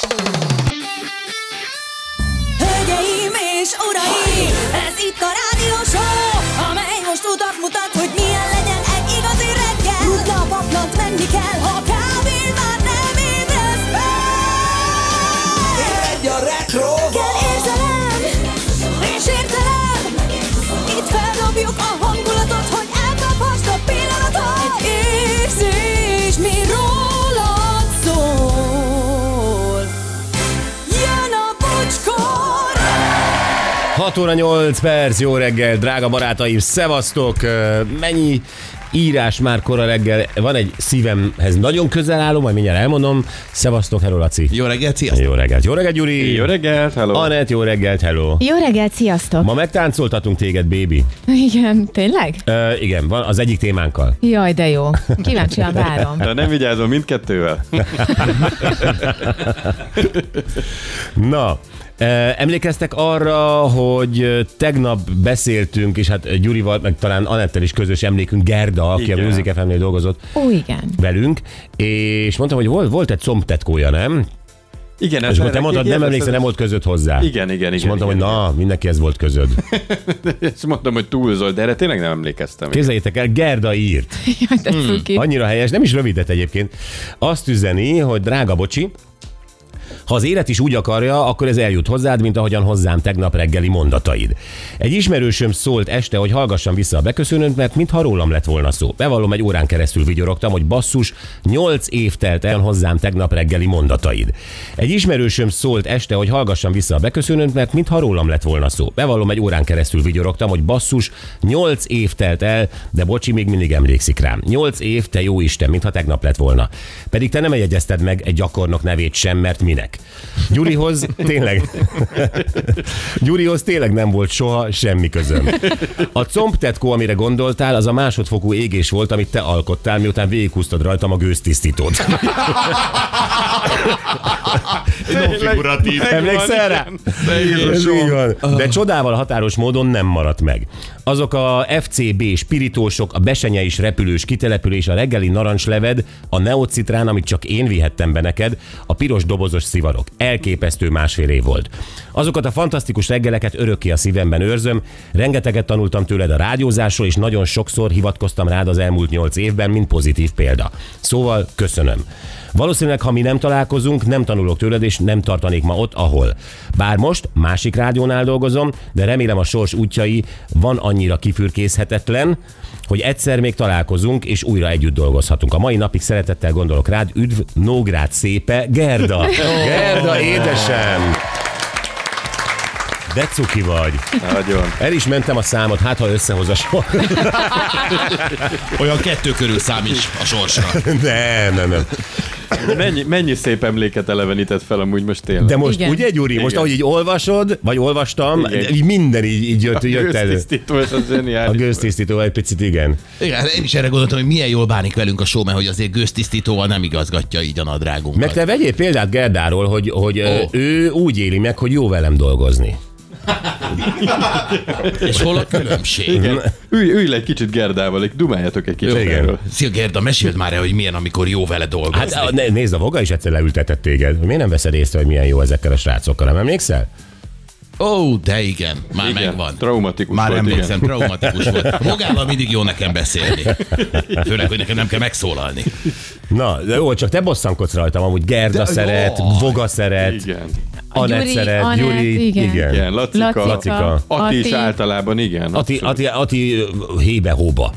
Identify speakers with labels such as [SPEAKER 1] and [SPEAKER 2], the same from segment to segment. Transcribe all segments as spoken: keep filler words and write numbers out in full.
[SPEAKER 1] Hölgyeim és uraim, ez itt a rádió show, amely most utat mutat, hogy milyen legyen egy igazi reggel. Rutna a paplant, menni kell, ha kávén már nem ébresz fel.
[SPEAKER 2] Egy a retro
[SPEAKER 1] Kell érzelem és értelem, itt feldobjuk a hangulatot, hogy elkaphast a pillanatot. Egy érzés, mi rólad szól. Jön a bocskor!
[SPEAKER 3] hat óra nyolc perc, jó reggel, drága barátaim, szevasztok! Mennyi írás már kora reggel, van egy szívemhez nagyon közel álló, majd mindjárt elmondom. Szevasztok, hello Laci!
[SPEAKER 4] Jó reggelt, sziasztok!
[SPEAKER 3] Jó reggelt, jó reggelt Gyuri!
[SPEAKER 5] Jó reggelt, hello!
[SPEAKER 3] Anett, jó reggelt, hello!
[SPEAKER 6] Jó reggelt, sziasztok!
[SPEAKER 3] Ma megtáncoltatunk téged, baby.
[SPEAKER 6] Igen, tényleg?
[SPEAKER 3] Uh, igen, van az egyik témánkkal.
[SPEAKER 6] Jaj, de jó. Kíváncsian várom.
[SPEAKER 5] De nem vigyázom mindkettővel.
[SPEAKER 3] Na, emlékeztek arra, hogy tegnap beszéltünk, és hát Gyurival, meg talán Anettel is közös emlékünk, Gerda, aki
[SPEAKER 5] Igen.
[SPEAKER 3] a Music ef em-nél dolgozott
[SPEAKER 6] Ó, igen.
[SPEAKER 3] velünk, és mondtam, hogy volt, volt egy combtetkója, nem?
[SPEAKER 5] Igen,
[SPEAKER 3] És akkor te mondtad, nem emlékszel, nem volt között hozzá.
[SPEAKER 5] Igen, igen,
[SPEAKER 3] És
[SPEAKER 5] igen.
[SPEAKER 3] mondtam,
[SPEAKER 5] igen,
[SPEAKER 3] hogy na, mindenki ez volt közöd.
[SPEAKER 5] igen. És mondtam, hogy túlzol, de erre tényleg nem emlékeztem.
[SPEAKER 3] Képzeljétek el, Gerda írt.
[SPEAKER 6] Jaj, de cuki.
[SPEAKER 3] Annyira helyes, nem is rövidet egyébként. Azt üzeni, hogy drága bocsi, ha az élet is úgy akarja, akkor ez eljut hozzád, mint ahogyan hozzám tegnap reggeli mondataid. Egy ismerősöm szólt este, hogy hallgassam vissza a beköszönőt, mert mintha rólam lett volna szó. Bevallom, egy órán keresztül vigyorogtam, hogy basszus, nyolc év telt el hozzám tegnap reggeli mondataid. Egy ismerősöm szólt este, hogy hallgassam vissza a beköszönőt, mert mintha rólam lett volna szó. Bevallom, egy órán keresztül vigyorogtam, hogy basszus, nyolc év telt el, de bocsi, még mindig emlékszik rám. Nyolc év, te jó Isten, mintha tegnap lett volna. Pedig te nem jegyezted meg egy gyakornok nevét sem, mert minek? Gyurihoz tényleg Gyurihoz tényleg nem volt soha semmi közöm. A combtetkó, amire gondoltál, az a másodfokú égés volt, amit te alkottál, miután végighúztad rajtam a gőztisztítót.
[SPEAKER 4] Figuratív.
[SPEAKER 3] Emlékszel rá? Ez így van. De csodával határos módon nem maradt meg. Azok a ef cé bé spiritósok, a besenyei repülős kitelepülés, a reggeli narancsleved, a neocitrán, amit csak én vihettem be neked, a piros dobozos szivarok. Elképesztő másfél év volt. Azokat a fantasztikus reggeleket örökké a szívemben őrzöm, rengeteget tanultam tőled a rádiózásról, és nagyon sokszor hivatkoztam rád az elmúlt nyolc évben, mint pozitív példa. Szóval köszönöm. Valószínűleg, ha mi nem találkozunk, nem tanulok tőled, és nem tartanék ma ott, ahol. Bár most másik rádiónál dolgozom, de remélem a sors útjai van annyira kifürkészhetetlen, hogy egyszer még találkozunk, és újra együtt dolgozhatunk. A mai napig szeretettel gondolok rád, üdv, Nógrád szépe, Gerda. Gerda, édesem! De cuki vagy.
[SPEAKER 5] Nagyon.
[SPEAKER 3] El is mentem a számot, hát ha összehoz a sor.
[SPEAKER 4] Olyan kettő körül számíts a sorsra.
[SPEAKER 3] Nem, nem, nem.
[SPEAKER 5] Mennyi, mennyi szép emléket elevenített fel amúgy most tényleg.
[SPEAKER 3] De most
[SPEAKER 6] Igen.
[SPEAKER 3] ugye, Gyuri, most
[SPEAKER 5] Igen.
[SPEAKER 3] ahogy így olvasod, vagy olvastam,
[SPEAKER 5] Igen.
[SPEAKER 3] így minden így, így jött,
[SPEAKER 5] a
[SPEAKER 3] jött elő.
[SPEAKER 5] gőztisztító, és az
[SPEAKER 3] A
[SPEAKER 5] zseniális.
[SPEAKER 3] gőztisztító egy picit, igen.
[SPEAKER 4] Igen, én is erre gondoltam, hogy milyen jól bánik velünk a show, mert hogy azért gőztisztítóval nem igazgatja így a nadrágunkat.
[SPEAKER 3] Meg te vegyél példát Gerdáról, hogy, hogy
[SPEAKER 4] Ó.
[SPEAKER 3] oh. ő úgy éli meg, hogy jó velem dolgozni.
[SPEAKER 4] És hol a különbség?
[SPEAKER 5] Igen. Ülj, ülj le egy kicsit Gerdával, egy dumáljatok egy kicsit
[SPEAKER 3] Igen.
[SPEAKER 5] erről.
[SPEAKER 4] Szia Gerda, meséld már el, hogy milyen, amikor jó vele dolgozni.
[SPEAKER 3] Hát a- né- nézd, a Voga is egyszer leültetett téged. Miért nem veszed észre, hogy milyen jó ezekkel a srácokkal, nem emlékszel?
[SPEAKER 4] Ó, de igen, már
[SPEAKER 5] Igen,
[SPEAKER 4] megvan.
[SPEAKER 5] traumatikus
[SPEAKER 4] Már
[SPEAKER 5] volt,
[SPEAKER 4] emlékszem,
[SPEAKER 5] igen.
[SPEAKER 4] traumatikus volt. Magával mindig jó nekem beszélni. Főleg, hogy nekem nem kell megszólalni.
[SPEAKER 3] Na, de jó, csak te bosszankodsz rajtam, amúgy Gerda
[SPEAKER 4] De-
[SPEAKER 3] szeret,
[SPEAKER 4] jaj.
[SPEAKER 3] Voga szeret,
[SPEAKER 5] Igen.
[SPEAKER 3] Anett
[SPEAKER 6] Gyuri,
[SPEAKER 3] szeret,
[SPEAKER 6] Anett,
[SPEAKER 3] Gyuri,
[SPEAKER 6] igen.
[SPEAKER 3] igen.
[SPEAKER 5] Igen, Lacika.
[SPEAKER 6] Lacika.
[SPEAKER 3] Lacika.
[SPEAKER 5] Ati is
[SPEAKER 6] Ati.
[SPEAKER 5] általában, igen.
[SPEAKER 3] Ati, Ati, Ati hébe-hóba.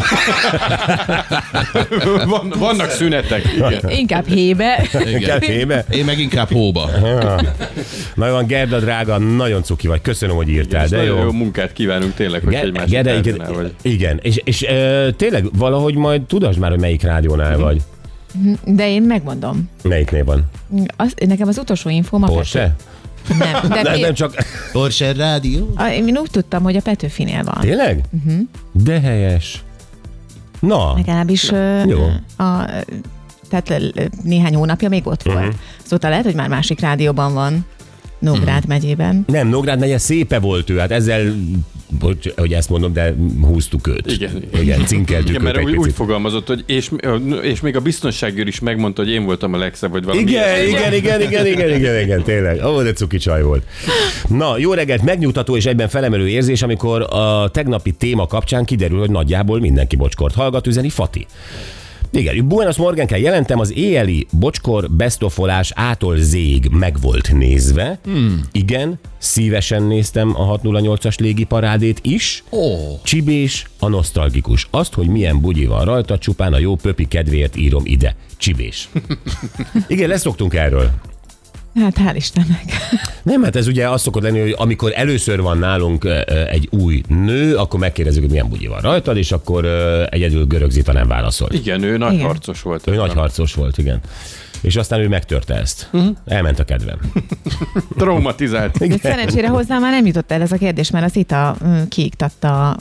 [SPEAKER 5] Van, vannak szünetek, igen.
[SPEAKER 6] Inkább hébe.
[SPEAKER 3] Inkább hébe.
[SPEAKER 4] Én meg inkább hóba.
[SPEAKER 3] Na jó van, Gerda drága, nagyon cuki vagy. Köszönöm, hogy írtál,
[SPEAKER 5] És
[SPEAKER 3] de
[SPEAKER 5] nagyon
[SPEAKER 3] jó.
[SPEAKER 5] jó munkát kívánunk tényleg, hogy
[SPEAKER 3] Ge-
[SPEAKER 5] egy másik
[SPEAKER 3] Gerda,
[SPEAKER 5] rádiónál
[SPEAKER 3] igen,
[SPEAKER 5] vagy.
[SPEAKER 3] igen, és, és ö, tényleg valahogy majd tudasd már, hogy melyik rádiónál vagy.
[SPEAKER 6] De én megmondom.
[SPEAKER 3] Melyiknél van?
[SPEAKER 6] Az, nekem az utolsó infóm a
[SPEAKER 3] Porsche?
[SPEAKER 6] Pető. Nem, de
[SPEAKER 3] Nem,
[SPEAKER 6] ké-
[SPEAKER 3] nem csak...
[SPEAKER 4] Porsche Rádió.
[SPEAKER 6] a, én úgy tudtam, hogy a Petőfinél van.
[SPEAKER 3] Tényleg? Uh-huh. De helyes. Na,
[SPEAKER 6] Legalábbis ö,
[SPEAKER 3] Jó.
[SPEAKER 6] a, tehát ö, néhány hónapja még ott volt. Szóval lehet, hogy már másik rádióban van. Nógrád megyében.
[SPEAKER 3] Nem, Nógrád megye szépe volt ő, hát ezzel, hogy, hogy ezt mondom, de húztuk őt.
[SPEAKER 5] Igen.
[SPEAKER 3] Igen, cinkeltük
[SPEAKER 5] Igen,
[SPEAKER 3] őt
[SPEAKER 5] mert
[SPEAKER 3] egy
[SPEAKER 5] úgy,
[SPEAKER 3] picit.
[SPEAKER 5] úgy fogalmazott, hogy és, és még a biztonságőr is megmondta, hogy én voltam a legszebb, vagy valami.
[SPEAKER 3] Igen,
[SPEAKER 5] ilyesmi.
[SPEAKER 3] igen, igen, igen, igen, igen, igen, tényleg. Ó, de cuki csaj volt. Na, jó reggelt, megnyugtató és egyben felemelő érzés, amikor a tegnapi téma kapcsán kiderül, hogy nagyjából mindenki bocskort hallgat, üzeni Fati. Igen, Buenos Morgan kell jelentem, az éjjeli bocskor bestofolás ától zég meg volt nézve. Hmm. Igen, szívesen néztem a hat nulla nyolcas légiparádét is.
[SPEAKER 4] Ó.
[SPEAKER 3] Csibés, a nosztalgikus. Azt, hogy milyen bugyi van rajta, csupán a jó pöpi kedvéért írom ide. Csibés. Igen, leszoktunk erről.
[SPEAKER 6] Hát hál' Istennek.
[SPEAKER 3] Nem, hát ez ugye az szokott lenni, hogy amikor először van nálunk ö, ö, egy új nő, akkor megkérdezzük, hogy milyen bugyi van rajtad, és akkor ö, egyedül Görög Zita nem válaszol.
[SPEAKER 5] Igen, ő nagy
[SPEAKER 6] Igen.
[SPEAKER 5] harcos volt.
[SPEAKER 3] Ő
[SPEAKER 5] ebben.
[SPEAKER 3] nagy harcos volt, igen. És aztán ő megtörte ezt. Uh-huh. Elment a kedvem.
[SPEAKER 5] Traumatizált.
[SPEAKER 6] De szerencsére hozzá már nem jutott el ez a kérdés, mert az Ita mm, kiiktatta.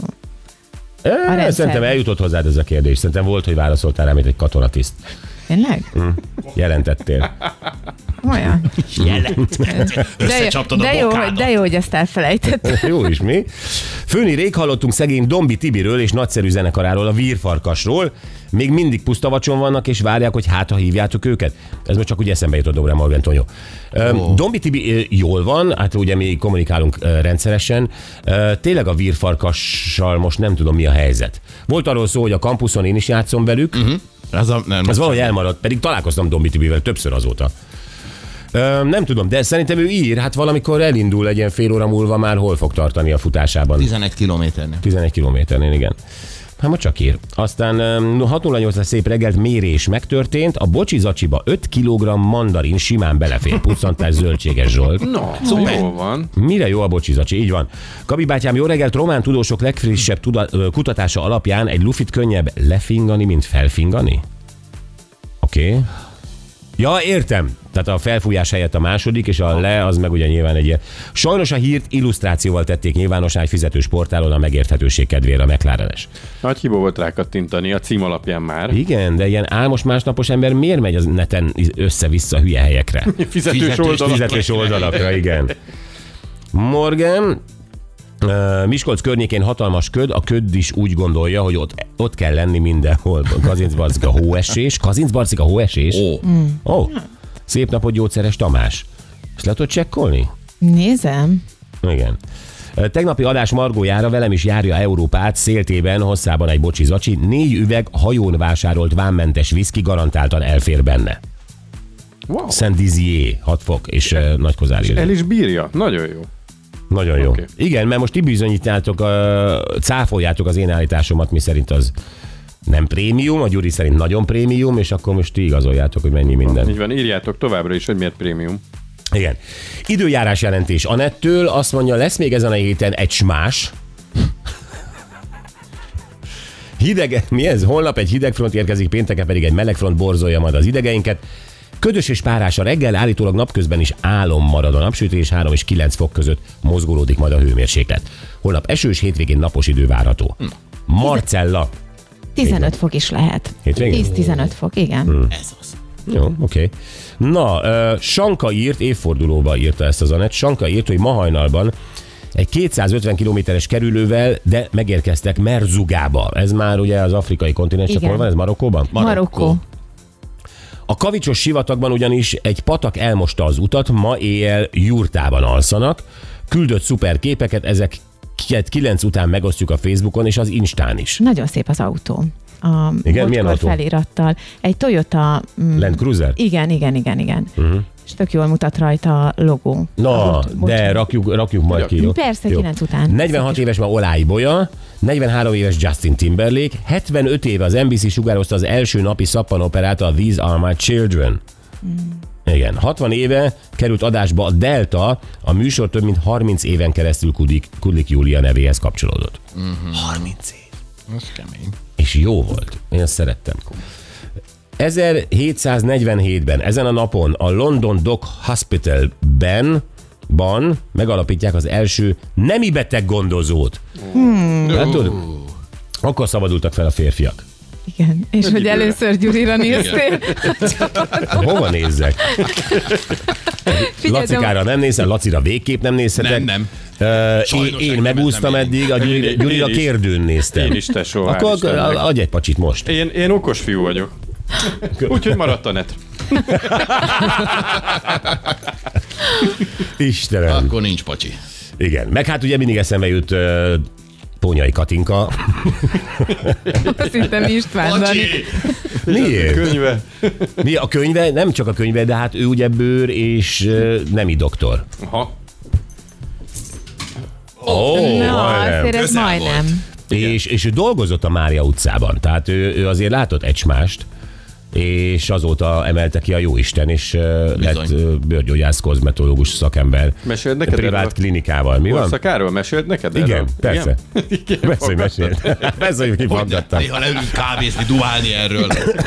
[SPEAKER 3] É,
[SPEAKER 6] rendszer.
[SPEAKER 3] szerintem eljutott hozzád ez a kérdés. Szerintem volt, hogy válaszoltál rá, mint egy katonatiszt.
[SPEAKER 6] Tényleg?
[SPEAKER 3] Mm. Jelentettél.
[SPEAKER 6] Olyan.
[SPEAKER 4] Jelent.
[SPEAKER 6] De, jó,
[SPEAKER 4] Összecsaptad a
[SPEAKER 6] de, jó, hogy,
[SPEAKER 4] bokádat.
[SPEAKER 6] de jó, hogy ezt elfelejtett.
[SPEAKER 3] Jó is mi. Főni rég hallottunk szegény Dombi Tibiről és nagyszerű zenekaráról, a Vírfarkasról. Még mindig pusztavacson vannak, és várják, hogy hát, ha hívjátok őket. Ez most csak úgy eszembe jutott Dobrán Morgan Tonyó. Oh. Dombi Tibi ö, jól van, hát ugye mi kommunikálunk ö, rendszeresen. Ö, Tényleg a Vírfarkassal most nem tudom, mi a helyzet. Volt arról szó, hogy a kampuszon én is játszom velük. Uh-huh.
[SPEAKER 4] Ez, a, nem,
[SPEAKER 3] Ez valahogy elmaradt, pedig találkoztam Dombi Tibivel többször azóta. Ö, nem tudom, de szerintem ő ír, hát valamikor elindul egy ilyen fél óra múlva már hol fog tartani a futásában.
[SPEAKER 4] tizenegy kilométernek.
[SPEAKER 3] tizenegy kilométernél, igen. Hát most csak ír. Aztán hat nulla nyolcas szép reggelt mérés megtörtént, a Bocsi Zacsiba öt kilogramm mandarin simán belefér, puccantás zöldséges Zsolt.
[SPEAKER 5] No, szóval jól van.
[SPEAKER 3] Mire jó a Bocsi Zacsi? Így van. Gabi bátyám, jó reggelt, román tudósok legfrissebb tuda- ö, kutatása alapján egy lufit könnyebb lefingani, mint felfingani? Oké. Okay. Ja, értem. Tehát a felfújás helyett a második, és a le, az meg ugye nyilván egy ilyen. Sajnos a hírt illusztrációval tették nyilvánossá egy fizetős portálon a megérthetőség kedvére a McLarenes.
[SPEAKER 5] Nagy hiba volt rákattintani a cím alapján már.
[SPEAKER 3] Igen, de ilyen álmos másnapos ember miért megy az neten össze-vissza hülye helyekre?
[SPEAKER 5] Fizetős,
[SPEAKER 4] Fizetős
[SPEAKER 5] oldalak.
[SPEAKER 3] Fizetős oldalakra, igen. Morgan, uh, Miskolc környékén hatalmas köd, a köd is úgy gondolja, hogy ott, ott kell lenni mindenhol. Kazincbarcika hóesés. Kazincbarcika hóesés?
[SPEAKER 4] Ó.
[SPEAKER 3] Ó. Oh. Szép napot, gyógyszeres Tamás. Ezt le tudod csekkolni?
[SPEAKER 6] Nézem.
[SPEAKER 3] Igen. Tegnapi adás margójára velem is járja Európát, széltében, hosszában egy Bocsi Zacsi, négy üveg hajón vásárolt vámmentes viszki garantáltan elfér benne.
[SPEAKER 5] Wow.
[SPEAKER 3] Saint-Dizier, hat fok, és uh, Nagykozári.
[SPEAKER 5] El is bírja. Nagyon jó.
[SPEAKER 3] Nagyon jó.
[SPEAKER 5] Oké.
[SPEAKER 3] Igen, mert most ti bizonyítátok, uh, cáfoljátok az én állításomat, mi szerint az nem prémium, a Gyuri szerint nagyon prémium, és akkor most ti igazoljátok, hogy mennyi minden.
[SPEAKER 5] Így van, írjátok továbbra is, hogy miért prémium.
[SPEAKER 3] Igen. Időjárás jelentés Anettől, azt mondja, lesz még ezen a héten egy smás. Hideg, mi ez? Holnap egy hideg front érkezik, pénteken pedig egy meleg front borzolja majd az idegeinket. Ködös és párás a reggel, állítólag napközben is álom marad a napsütés, három és kilenc fok között mozgolódik majd a hőmérséklet. Holnap esős, hétvégén napos idő várható. Marcella.
[SPEAKER 6] tizenöt fok is lehet.
[SPEAKER 3] Hétvégén?
[SPEAKER 6] tíz-tizenöt fok, igen.
[SPEAKER 3] Hmm.
[SPEAKER 4] Ez az.
[SPEAKER 3] Jó, oké. Okay. Na, uh, Sanka írt, évfordulóba írta ezt az Anett, Sanka írt, hogy ma hajnalban egy kétszázötven kilométeres kerülővel, de megérkeztek Merzugába. Ez már ugye az afrikai kontinens, csak
[SPEAKER 6] Igen.
[SPEAKER 3] hol van ez, Marokkóban?
[SPEAKER 6] Marokkó.
[SPEAKER 3] A kavicsos sivatagban ugyanis egy patak elmosta az utat, ma éjjel jurtában alszanak. Küldött szuper képeket, ezeket kilenc után megosztjuk a Facebookon és az Instán is.
[SPEAKER 6] Nagyon szép az autó. A
[SPEAKER 3] Igen, milyen
[SPEAKER 6] bocskor
[SPEAKER 3] autó?
[SPEAKER 6] felirattal. Egy Toyota... Mm,
[SPEAKER 3] Land Cruiser?
[SPEAKER 6] igen, igen, igen, igen.
[SPEAKER 3] Uh-huh.
[SPEAKER 6] És tök jól mutat rajta a logó.
[SPEAKER 3] Na,
[SPEAKER 6] A bot-
[SPEAKER 3] de
[SPEAKER 6] bocs-
[SPEAKER 3] rakjuk, rakjuk majd ki. Jó?
[SPEAKER 6] Persze,
[SPEAKER 3] Jó.
[SPEAKER 6] kilenc után.
[SPEAKER 3] negyvenhat éves már Olái Bolya, negyvenhárom éves Justin Timberlake, hetvenöt éve az en bé cé sugározta az első napi szappanoperát, a These Are My Children. Mm. Igen, hatvan éve került adásba a Delta, a műsor több mint harminc éven keresztül Kudlik, Kudlik Júlia nevéhez kapcsolódott.
[SPEAKER 4] Mm-hmm. harminc év. Ez kemény.
[SPEAKER 3] És jó volt. Én ezt szerettem. ezerhétszáznegyvenhétben, ezen a napon a London Dock Hospitalben ban megalapítják az első nemi beteg gondozót. Hmm. Hát, tudod, akkor szabadultak fel a férfiak.
[SPEAKER 6] Igen, és hogy
[SPEAKER 5] időre.
[SPEAKER 6] először Gyurira néztél.
[SPEAKER 3] Hova nézzek? Lacikára nem nézhet, Lacira végképp nem nézhetek.
[SPEAKER 4] Nem,
[SPEAKER 3] Uh, én,
[SPEAKER 4] Sajnos
[SPEAKER 3] én
[SPEAKER 4] engem
[SPEAKER 3] megúsztam
[SPEAKER 4] nem
[SPEAKER 3] eddig, a
[SPEAKER 5] Én-
[SPEAKER 3] Gyuri,
[SPEAKER 5] én
[SPEAKER 3] Gyurira
[SPEAKER 5] is.
[SPEAKER 3] kérdőn néztem.
[SPEAKER 5] Én is, tesó, hál'
[SPEAKER 3] Akkor
[SPEAKER 5] Istennek.
[SPEAKER 3] adj egy pacsit most.
[SPEAKER 5] Én, én okos fiú vagyok. Úgyhogy maradt a net.
[SPEAKER 3] Istenem.
[SPEAKER 4] Akkor nincs pacsi.
[SPEAKER 3] Igen. Meg hát ugye mindig eszembe jut uh, Pónyai Katinka.
[SPEAKER 6] Szinte mi István Dani.
[SPEAKER 4] Pacsi!
[SPEAKER 3] Miért?
[SPEAKER 5] Könyve.
[SPEAKER 3] Mi a könyve? Nem csak a könyve, de hát ő ugye bőr és uh, nemi doktor.
[SPEAKER 5] Aha.
[SPEAKER 3] Ó, oh,
[SPEAKER 6] Na, azért ez
[SPEAKER 4] Közel
[SPEAKER 6] majdnem.
[SPEAKER 3] És, és ő dolgozott a Mária utcában, tehát ő, ő azért látott egymást, és azóta emelte ki a jóisten, és uh, lett uh, bőrgyógyász, kozmetológus szakember.
[SPEAKER 5] Meséld neked
[SPEAKER 3] Privát
[SPEAKER 5] erről?
[SPEAKER 3] klinikával. Mi van?
[SPEAKER 5] Korszakáról mesélt neked
[SPEAKER 3] Igen,
[SPEAKER 5] erről?
[SPEAKER 3] persze.
[SPEAKER 5] Igen,
[SPEAKER 3] Persze, hogy mesélt. Persze, hogy kifaggattam.
[SPEAKER 4] Néha leülünk kávézni, duálni erről.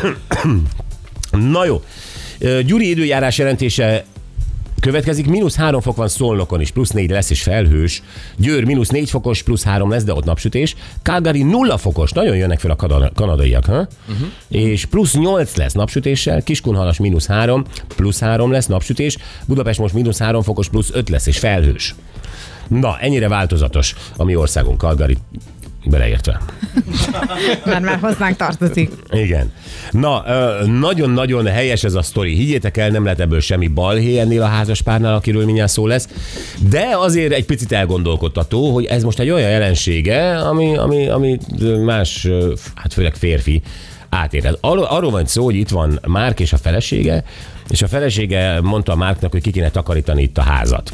[SPEAKER 3] Na jó. Ö, Gyuri időjárás jelentése következik. Mínusz három fok van Szolnokon is, plusz négy lesz és felhős. Győr mínusz négy fokos, plusz három lesz, de ott napsütés. Calgary nulla fokos, nagyon jönnek fel a kada- kanadaiak, ha? Uh-huh. És plusz nyolc lesz napsütéssel. Kiskunhalas mínusz három, plusz három lesz napsütés. Budapest most mínusz három fokos, plusz öt lesz és felhős. Na, ennyire változatos a mi országunk, Calgary beleértve.
[SPEAKER 6] Már már hozzánk tartozik.
[SPEAKER 3] Igen. Na, ö, nagyon-nagyon helyes ez a sztori. Higgyétek el, nem lehet ebből semmi balhé ennél a házaspárnál, akiről mindjárt szó lesz. De azért egy picit elgondolkodtató, hogy ez most egy olyan jelensége, ami, ami, ami más, ö, hát főleg férfi átér. Arról, arról van szó, hogy itt van Márk és a felesége, és a felesége mondta a Márknak, hogy ki kéne takarítani itt a házat.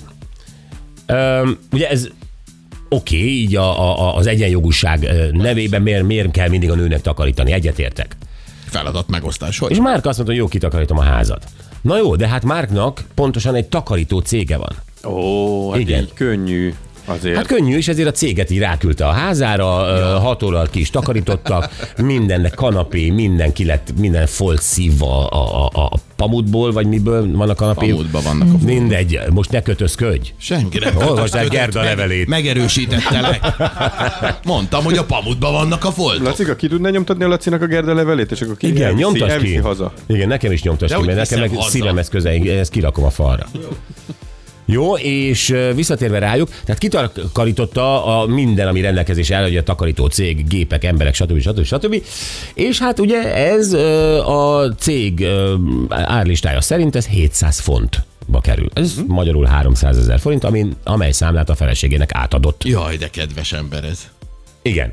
[SPEAKER 3] Ö, ugye ez oké, okay, így a, a, az egyenjogúság nevében miért, miért kell mindig a nőnek takarítani? Egyetértek.
[SPEAKER 4] Feladat megosztás, hogy?
[SPEAKER 3] És Márk azt mondta, hogy jó, kitakarítom a házat. Na jó, de hát Márknak pontosan egy takarító cége van.
[SPEAKER 5] Ó, hát
[SPEAKER 3] Igen.
[SPEAKER 5] így könnyű azért.
[SPEAKER 3] Hát könnyű, és ezért a céget így ráküldte a házára, ja. hat órral ki is takarítottak, mindennek kanapé, minden ki lett, minden folt szívva a, a, a pamutból, vagy miből van a kanapé.
[SPEAKER 4] Pamutban vannak a
[SPEAKER 3] Mindegy, most ne kötözködj.
[SPEAKER 4] Senki nem.
[SPEAKER 3] Olvasd el Gerda levelét.
[SPEAKER 4] Megerősítettelek. Mondtam, hogy a pamutban vannak a foltok.
[SPEAKER 5] Lacika, ki tudná nyomtatni a Lacinak a Gerda levelét, és akkor ki
[SPEAKER 3] Igen,
[SPEAKER 5] elviszi,
[SPEAKER 3] nyomtasd
[SPEAKER 5] elviszi
[SPEAKER 3] ki.
[SPEAKER 5] haza.
[SPEAKER 3] Igen, nekem is nyomtasd
[SPEAKER 4] De
[SPEAKER 3] ki,
[SPEAKER 4] hogy
[SPEAKER 3] mert nekem
[SPEAKER 4] viszem
[SPEAKER 3] meg
[SPEAKER 4] haza?
[SPEAKER 3] szívemhez közel, ezt kirakom a falra. Jó, és visszatérve rájuk, tehát kitakarította a minden, ami rendelkezés áll, hogy a takarító cég, gépek, emberek, stb. stb. stb. És hát ugye ez a cég árlistája szerint ez hétszáz fontba kerül. Ez hmm. magyarul háromszázezer forint, ami, amely számlát a feleségének átadott.
[SPEAKER 4] Jaj, de kedves ember ez.
[SPEAKER 3] Igen.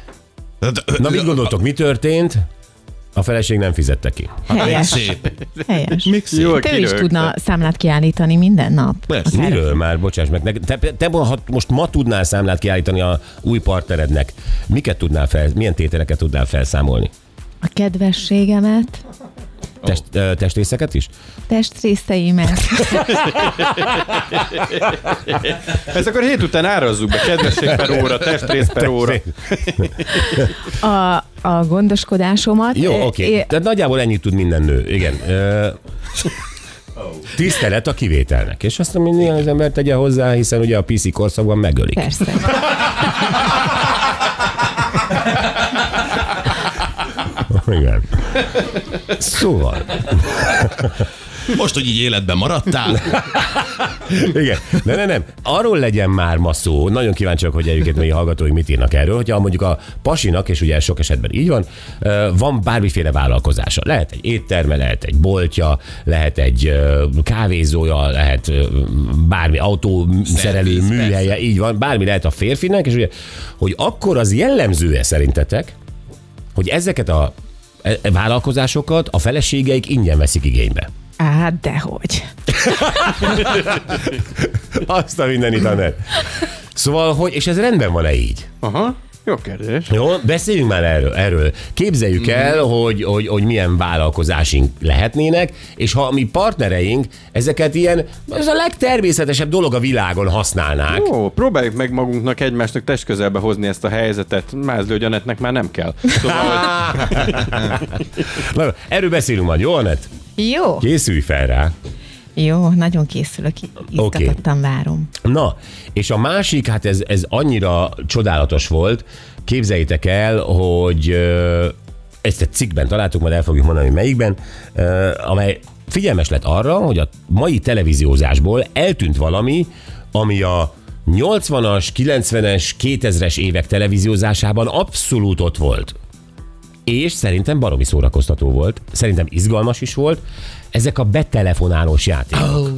[SPEAKER 3] Na mit gondoltok, mi történt? A feleség nem fizette ki.
[SPEAKER 4] Még
[SPEAKER 6] Helyes.
[SPEAKER 4] szép.
[SPEAKER 6] Helyes.
[SPEAKER 4] Még szép.
[SPEAKER 5] Jól
[SPEAKER 6] Te is
[SPEAKER 5] kirögte.
[SPEAKER 6] tudna számlát kiállítani minden nap.
[SPEAKER 4] Persze.
[SPEAKER 6] Akár.
[SPEAKER 3] Miről már? Bocsáss meg. Te, te ha most ma tudnál számlát kiállítani a új partnerednek, miket tudnál fel, milyen tételeket tudnál felszámolni?
[SPEAKER 6] A kedvességemet,
[SPEAKER 3] Test, ö, testrészeket is?
[SPEAKER 6] testrészeimet.
[SPEAKER 5] Ez akkor hét után árazzuk be, kedvesség per óra, testrész per óra.
[SPEAKER 6] A, a gondoskodásomat.
[SPEAKER 3] Jó,
[SPEAKER 6] Ö,
[SPEAKER 3] oké. Okay.
[SPEAKER 6] é-
[SPEAKER 3] Tehát nagyjából ennyit tud minden nő. Igen. Ö, tisztelet a kivételnek. És azt minden az ember tegye hozzá, hiszen ugye a pé cé korszakban megölik.
[SPEAKER 6] Persze.
[SPEAKER 3] Igen. Szóval.
[SPEAKER 4] Most, hogy így életben maradtál,
[SPEAKER 3] Igen. De nem, nem. Arról legyen már ma szó, nagyon kíváncsiak, hogy egyébként még a hallgatói mit írnak erről, hogyha mondjuk a pasinak, és ugye sok esetben így van, van bármiféle vállalkozása. Lehet egy étterme, lehet egy boltja, lehet egy kávézója, lehet bármi autószerelő
[SPEAKER 4] Szerviz,
[SPEAKER 3] műhelye,
[SPEAKER 4] persze.
[SPEAKER 3] így van, bármi lehet a férfinek, és ugye, hogy akkor az jellemző-e szerintetek, hogy ezeket a e- e- vállalkozásokat a feleségeik ingyen veszik igénybe.
[SPEAKER 6] Á, dehogy.
[SPEAKER 3] Azt a mindenit, Anett. Szóval, hogy, és ez rendben van-e így?
[SPEAKER 5] Aha, jó kérdés.
[SPEAKER 3] Jó, beszéljünk már erről. erről. Képzeljük el, hogy, hogy, hogy milyen vállalkozásink lehetnének, és ha mi partnereink ezeket ilyen, ez a legtermészetesebb dolog a világon használnák.
[SPEAKER 5] Ó, próbáljuk meg magunknak egymásnak testközelbe hozni ezt a helyzetet. Mázlő Gyanetnek már nem kell. Szóval, hogy
[SPEAKER 3] Na, erről beszélünk majd, jó, Anett?
[SPEAKER 6] Jó.
[SPEAKER 3] Készülj fel rá.
[SPEAKER 6] Jó, nagyon készülök. Izgatottan várom.
[SPEAKER 3] Na, és a másik, hát ez, ez annyira csodálatos volt, képzeljétek el, hogy ö, ezt egy cikkben találtuk, majd el fogjuk mondani, hogy melyikben, ö, amely figyelmes lett arra, hogy a mai televíziózásból eltűnt valami, ami a nyolcvanas, kilencvenes, kétezres évek televíziózásában abszolút ott volt. És szerintem baromi szórakoztató volt, szerintem izgalmas is volt, ezek a betelefonálós játékok.
[SPEAKER 4] Oh.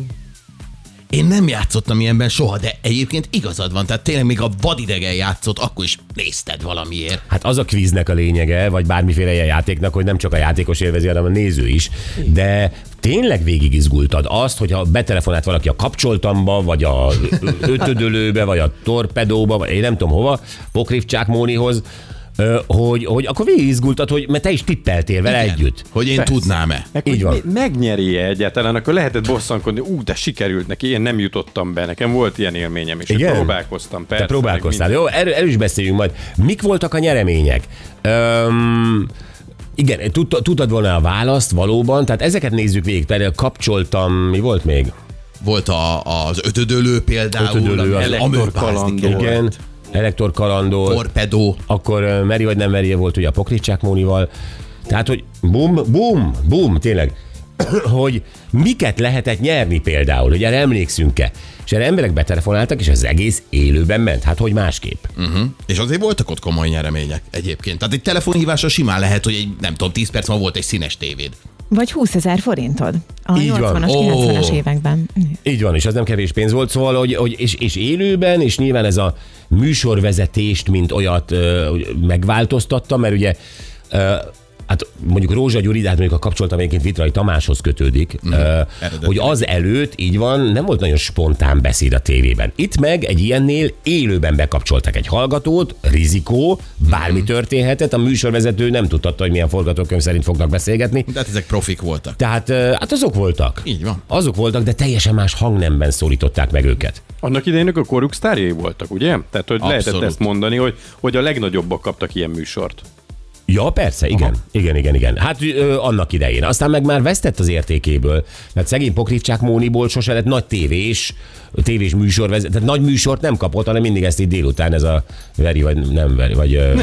[SPEAKER 4] Én nem játszottam ilyenben soha, de egyébként igazad van, tehát tényleg még a vadidegen játszott, akkor is nézted valamiért.
[SPEAKER 3] Hát az a kvíznek a lényege, vagy bármiféle ilyen játéknak, hogy nem csak a játékos élvezi, hanem a néző is, de tényleg végigizgultad azt, hogyha betelefonált valaki a kapcsoltamba, vagy a ötödölőbe, vagy a torpedóba, vagy én nem tudom hova, Pokrivcsák Mónihoz, hogy, hogy akkor végigizgultad, hogy mert te is tippeltél vele
[SPEAKER 4] Igen,
[SPEAKER 3] együtt.
[SPEAKER 4] hogy én
[SPEAKER 5] Persze.
[SPEAKER 4] tudnám-e.
[SPEAKER 5] Meg,
[SPEAKER 3] Így
[SPEAKER 5] hogy
[SPEAKER 3] van.
[SPEAKER 5] megnyeri-e egyáltalán, akkor lehetett bosszankodni, ú, de sikerült neki, én nem jutottam be, nekem volt ilyen élményem, és
[SPEAKER 3] Igen?
[SPEAKER 5] próbálkoztam, persze.
[SPEAKER 3] Te próbálkoztál.
[SPEAKER 5] meg
[SPEAKER 3] Jó, erről, erről is beszéljünk majd. Mik voltak a nyeremények? Öm, igen, tudta, tudtad volna a választ valóban, tehát ezeket nézzük végig. Például kapcsoltam, mi volt még?
[SPEAKER 4] Volt a, az ötödölő például,
[SPEAKER 3] Ötödölő, az
[SPEAKER 5] elektorkalandor.
[SPEAKER 4] kell.
[SPEAKER 3] Igen, Elektor Kalandor.
[SPEAKER 4] Torpedó.
[SPEAKER 3] Akkor ö, Meri vagy nem Meri volt ugye a Pokrivcsák Mónival. Tehát, hogy bum, bum, bum, tényleg, hogy miket lehetett nyerni például, hogy erre emlékszünk-e. És erre emberek betelefonáltak, és ez egész élőben ment. Hát, hogy másképp.
[SPEAKER 4] Uh-huh. És azért voltak ott komoly nyeremények egyébként. Tehát egy telefonhívásra simán lehet, hogy egy, nem tudom, tíz perc múlva volt egy színes tévéd.
[SPEAKER 6] Vagy húszezer forintod a
[SPEAKER 3] Így van.
[SPEAKER 6] nyolcvanas,
[SPEAKER 4] Ó.
[SPEAKER 6] kilencvenes években.
[SPEAKER 3] Így van, és az nem kevés pénz volt, szóval, hogy, hogy és, és élőben, és nyilván ez a műsorvezetést, mint olyat ö, megváltoztatta, mert ugye ö, hát mondjuk Rózsa Gyuri, de hát mondjuk a kapcsolatom egyébként Vitrai Tamáshoz kötődik, mm, ö, hogy az előtt, így van, nem volt nagyon spontán beszéd a tévében. Itt meg egy ilyennél élőben bekapcsoltak egy hallgatót, rizikó, bármi történhetett, a műsorvezető nem tudhatta, hogy milyen forgatókönyv szerint fognak beszélgetni.
[SPEAKER 4] De hát ezek profik voltak.
[SPEAKER 3] Tehát ö, hát azok voltak.
[SPEAKER 4] Így van.
[SPEAKER 3] Azok voltak, de teljesen más hangnemben szólították meg őket.
[SPEAKER 5] Annak idején a koruk sztárjai voltak, ugye? Tehát, hogy
[SPEAKER 4] Abszolút.
[SPEAKER 5] lehetett ezt mondani, hogy, hogy a legnagyobbak kaptak ilyen műsort.
[SPEAKER 3] Ja, persze, igen. Aha. Igen, igen, igen. Hát ö, annak idején. Aztán meg már vesztett az értékéből. Mert szegény Pokrivcsák Móniból sose lett nagy tévés, tévés műsorvezető. Tehát nagy műsort nem kapott, hanem mindig ezt így délután ez a Veri, vagy nem Veri, vagy ö,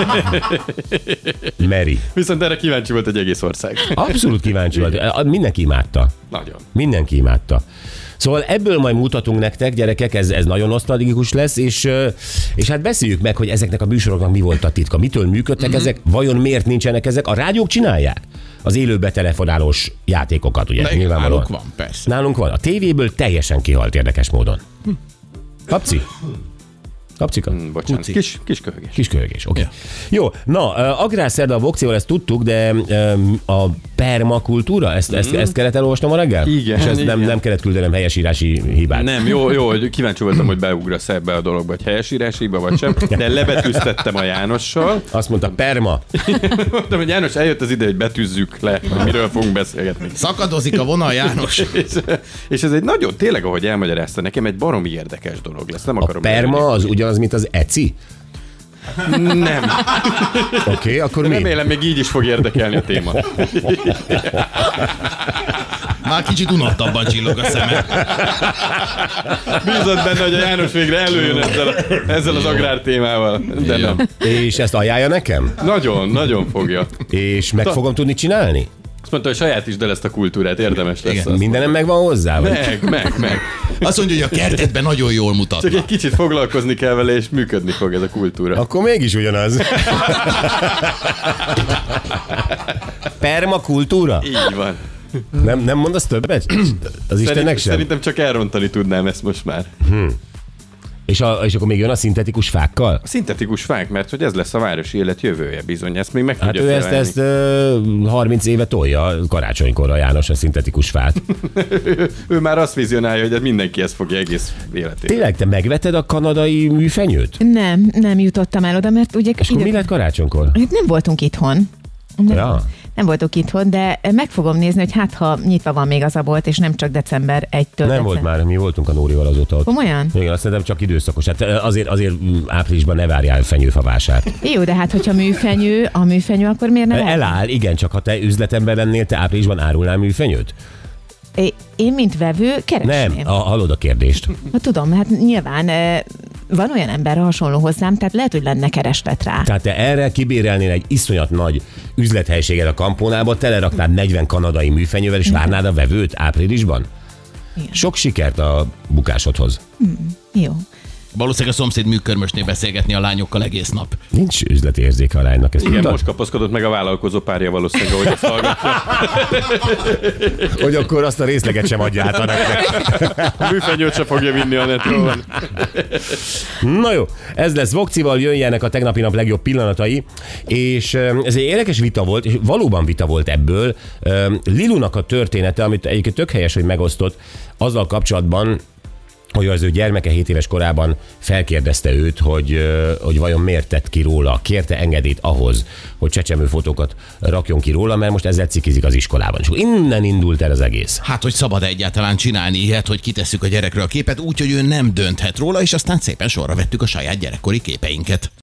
[SPEAKER 3] Meri.
[SPEAKER 5] Viszont erre kíváncsi volt egy egész ország.
[SPEAKER 3] Abszolút kíváncsi volt. Mindenki imádta.
[SPEAKER 5] Nagyon.
[SPEAKER 3] Mindenki imádta. Szóval ebből majd mutatunk nektek, gyerekek, ez, ez nagyon nosztalgikus lesz, és, és hát beszéljük meg, hogy ezeknek a műsoroknak mi volt a titka, mitől működtek mm-hmm. ezek, vajon miért nincsenek ezek. A rádiók csinálják az élő betelefonálós játékokat, ugye?
[SPEAKER 4] De nálunk van, persze.
[SPEAKER 3] Nálunk van. A tévéből teljesen kihalt érdekes módon. Hm. Kapci? Kapcika?
[SPEAKER 5] Mm, bocsánat,
[SPEAKER 4] Kuci.
[SPEAKER 5] kis, kis köhögés.
[SPEAKER 3] Kis köhögés, oké. Okay.
[SPEAKER 4] Ja.
[SPEAKER 3] Jó, na, agrárszerda a Vokcival ezt tudtuk, de um, a permakultúra, ezt, ezt, ezt kellett elolvasnom a reggel?
[SPEAKER 5] Igen,
[SPEAKER 3] És ezt nem,
[SPEAKER 5] igen.
[SPEAKER 3] nem kellett küldenem helyesírási hibát.
[SPEAKER 5] Nem, jó, jó, hogy kíváncsi voltam, hogy beugrasz ebbe a dologba, hogy helyesírásiba vagy sem, de lebetűztettem a Jánossal.
[SPEAKER 3] Azt mondta, perma.
[SPEAKER 5] Mondtam, hogy János, eljött az ide, hogy betűzzük le, hogy miről fogunk beszélgetni.
[SPEAKER 4] Szakadozik a vonal, János.
[SPEAKER 5] és, és ez egy nagyon, tényleg, ahogy elmagyarázta nekem, egy baromi érdekes dolog lesz. Nem
[SPEAKER 3] A
[SPEAKER 5] akarom
[SPEAKER 3] perma
[SPEAKER 5] elérni.
[SPEAKER 3] az ugyanaz, mint az eci?
[SPEAKER 5] Nem.
[SPEAKER 3] Oké, okay, akkor mi?
[SPEAKER 5] Remélem, még így is fog érdekelni a téma.
[SPEAKER 4] Már kicsit unottabban csillog a szeme.
[SPEAKER 5] Bízott benne, hogy a János végre előjön ezzel, a, ezzel az agrár témával, de
[SPEAKER 4] Jó.
[SPEAKER 5] nem.
[SPEAKER 3] És ezt ajánlja nekem?
[SPEAKER 5] Nagyon, nagyon fogja.
[SPEAKER 3] És meg fogom tudni csinálni?
[SPEAKER 5] Azt mondta, hogy sajátítsd el ezt a kultúrát, érdemes lesz.
[SPEAKER 4] Igen,
[SPEAKER 5] azt.
[SPEAKER 3] Mindenem megvan hozzá? Vagy?
[SPEAKER 5] Meg, meg, meg.
[SPEAKER 4] Azt mondja, hogy a kertedben nagyon jól
[SPEAKER 5] Csak
[SPEAKER 4] mutatna.
[SPEAKER 5] egy kicsit foglalkozni kell vele, és működni fog ez a kultúra.
[SPEAKER 3] Akkor mégis ugyanaz. Permakultúra?
[SPEAKER 5] Így van.
[SPEAKER 3] Nem, nem mondasz többet? Az Istennek
[SPEAKER 5] Szerint,
[SPEAKER 3] sem?
[SPEAKER 5] szerintem csak elrontani tudnám ezt most már.
[SPEAKER 3] És, a, és akkor még jön a szintetikus fákkal?
[SPEAKER 5] A szintetikus fák, mert hogy ez lesz a városi élet jövője bizony, ezt még meg
[SPEAKER 3] Hát
[SPEAKER 5] tudja
[SPEAKER 3] ő ezt,
[SPEAKER 5] felelni.
[SPEAKER 3] ezt ö, harminc éve tolja karácsonykor a János a szintetikus fát.
[SPEAKER 5] ő, ő már azt vizionálja, hogy mindenki ezt fogja egész életét.
[SPEAKER 3] Tényleg, te megveted a kanadai műfenyőt?
[SPEAKER 6] Nem, nem jutottam el oda, mert ugye
[SPEAKER 3] És akkor mi lett karácsonykor?
[SPEAKER 6] Hát nem voltunk itthon. Nem,
[SPEAKER 3] Ja.
[SPEAKER 6] nem voltunk itthon, de meg fogom nézni, hogy hát ha nyitva van még az a bolt, és nem csak december elsejétől.
[SPEAKER 3] Nem volt már, mi voltunk a Nórival azóta ott.
[SPEAKER 6] Komolyan?
[SPEAKER 3] Igen, azt szerintem csak időszakos. Hát azért, azért áprilisban ne várjál fenyőfa vásárt.
[SPEAKER 6] Jó, de hát hogyha műfenyő, a műfenyő, akkor miért nem?
[SPEAKER 3] Eláll, igen, csak ha te üzletemben lennél, te áprilisban árulnál műfenyőt?
[SPEAKER 6] É- Én, mint vevő, keresném.
[SPEAKER 3] Nem, a, hallod a kérdést.
[SPEAKER 6] Ha tudom, hát nyilván e, van olyan ember hasonló hozzám, tehát lehet, hogy lenne kereslet rá.
[SPEAKER 3] Tehát te erre kibérelnél egy iszonyat nagy üzlethelységet a Kampónába, teleraknád negyven kanadai műfenyővel, és várnád a vevőt áprilisban?
[SPEAKER 6] Igen.
[SPEAKER 3] Sok sikert a bukásodhoz.
[SPEAKER 6] Jó.
[SPEAKER 4] Valószínűleg a szomszéd műkörmösnél beszélgetni a lányokkal egész nap.
[SPEAKER 3] Nincs üzleti érzéke a lánynak, ezt
[SPEAKER 5] Igen,
[SPEAKER 3] tudtad?
[SPEAKER 5] most kapaszkodott meg a vállalkozó párja valószínűleg, hogy ezt hallgatja.
[SPEAKER 3] Hogy akkor azt a részleget sem adja át a nektek.
[SPEAKER 5] A műfenyőt se fogja vinni a netról.
[SPEAKER 3] Na jó, ez lesz Vokcival, jöjjenek a tegnapi nap legjobb pillanatai, és ö, ez egy érdekes vita volt, és valóban vita volt ebből. Ö, Lilunak a története, amit egyébként tök helyes, hogy megosztott, azzal kapcsolatban, hogy az ő gyermeke hét éves korában felkérdezte őt, hogy, ö, hogy vajon miért tett ki róla, kérte engedélyt ahhoz, hogy csecsemő fotókat rakjon ki róla, mert most ezzel cikizik az iskolában. És innen indult el az egész.
[SPEAKER 4] Hát, hogy szabad egyáltalán csinálni ilyet, hogy kitesszük a gyerekről a képet úgy, hogy ő nem dönthet róla, és aztán szépen sorra vettük a saját gyerekkori képeinket.